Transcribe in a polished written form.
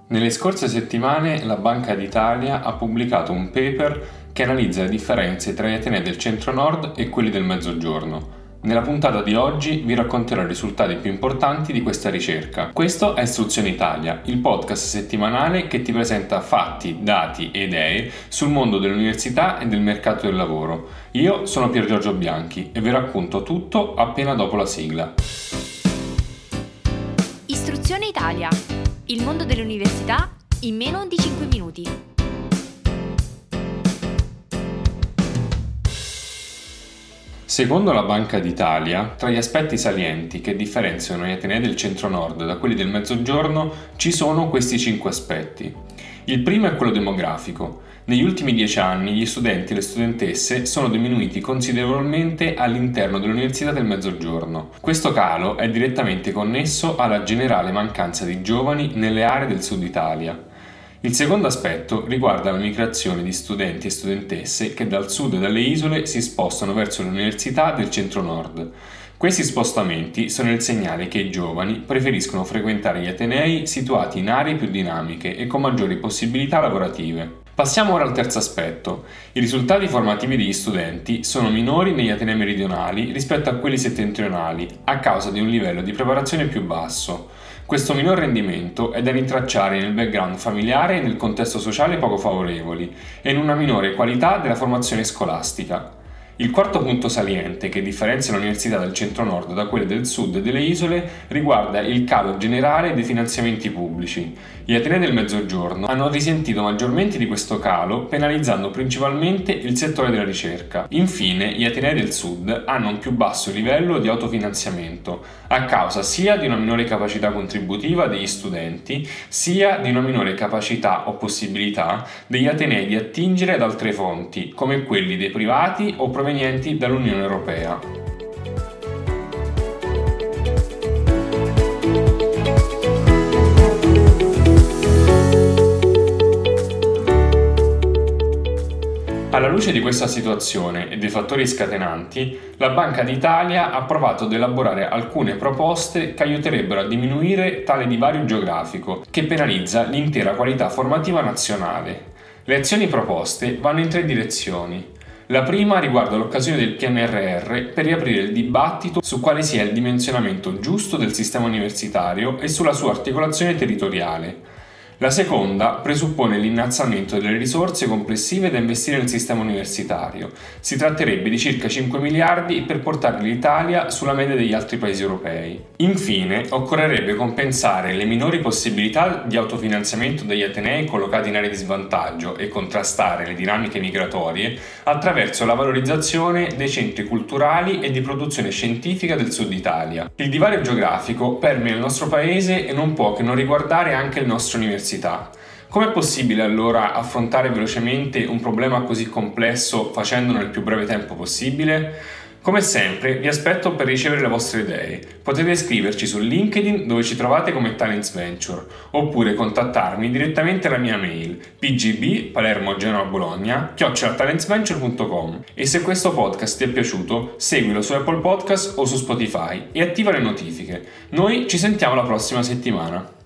Nelle scorse settimane la Banca d'Italia ha pubblicato un paper che analizza le differenze tra gli atenei del centro-nord e quelli del mezzogiorno. Nella puntata di oggi vi racconterò i risultati più importanti di questa ricerca. Questo è Istruzione Italia, il podcast settimanale che ti presenta fatti, dati e idee sul mondo dell'università e del mercato del lavoro. Io sono Pier Giorgio Bianchi e vi racconto tutto appena dopo la sigla. Istruzione Italia, il mondo dell'università in meno di 5 minuti. Secondo la Banca d'Italia, tra gli aspetti salienti che differenziano gli atenei del centro-nord da quelli del mezzogiorno ci sono questi 5 aspetti. Il primo è quello demografico. Negli ultimi 10 anni gli studenti e le studentesse sono diminuiti considerevolmente all'interno dell'Università del Mezzogiorno. Questo calo è direttamente connesso alla generale mancanza di giovani nelle aree del Sud Italia. Il secondo aspetto riguarda la migrazione di studenti e studentesse che dal sud e dalle isole si spostano verso l'università del centro-nord. Questi spostamenti sono il segnale che i giovani preferiscono frequentare gli atenei situati in aree più dinamiche e con maggiori possibilità lavorative. Passiamo ora al terzo aspetto. I risultati formativi degli studenti sono minori negli atenei meridionali rispetto a quelli settentrionali a causa di un livello di preparazione più basso. Questo minor rendimento è da rintracciare nel background familiare e nel contesto sociale poco favorevoli e in una minore qualità della formazione scolastica. Il quarto punto saliente che differenzia l'università del centro-nord da quelle del sud e delle isole riguarda il calo generale dei finanziamenti pubblici. Gli atenei del mezzogiorno hanno risentito maggiormente di questo calo, penalizzando principalmente il settore della ricerca. Infine, gli atenei del sud hanno un più basso livello di autofinanziamento, a causa sia di una minore capacità contributiva degli studenti, sia di una minore capacità o possibilità degli atenei di attingere ad altre fonti, come quelli dei privati o provenienti dall'Unione Europea. Alla luce di questa situazione e dei fattori scatenanti, la Banca d'Italia ha provato ad elaborare alcune proposte che aiuterebbero a diminuire tale divario geografico che penalizza l'intera qualità formativa nazionale. Le azioni proposte vanno in 3 direzioni. La prima riguarda l'occasione del PNRR per riaprire il dibattito su quale sia il dimensionamento giusto del sistema universitario e sulla sua articolazione territoriale. La seconda presuppone l'innalzamento delle risorse complessive da investire nel sistema universitario. Si tratterebbe di circa 5 miliardi per portare l'Italia sulla media degli altri paesi europei. Infine, occorrerebbe compensare le minori possibilità di autofinanziamento degli atenei collocati in aree di svantaggio e contrastare le dinamiche migratorie attraverso la valorizzazione dei centri culturali e di produzione scientifica del Sud Italia. Il divario geografico permea il nostro paese e non può che non riguardare anche le nostre università. Com'è possibile allora affrontare velocemente un problema così complesso facendolo nel più breve tempo possibile? Come sempre vi aspetto per ricevere le vostre idee. Potete scriverci su LinkedIn dove ci trovate come Talents Venture oppure contattarmi direttamente alla mia mail pgb@talentsventure.com. E se questo podcast ti è piaciuto seguilo su Apple Podcast o su Spotify e attiva le notifiche. Noi ci sentiamo la prossima settimana.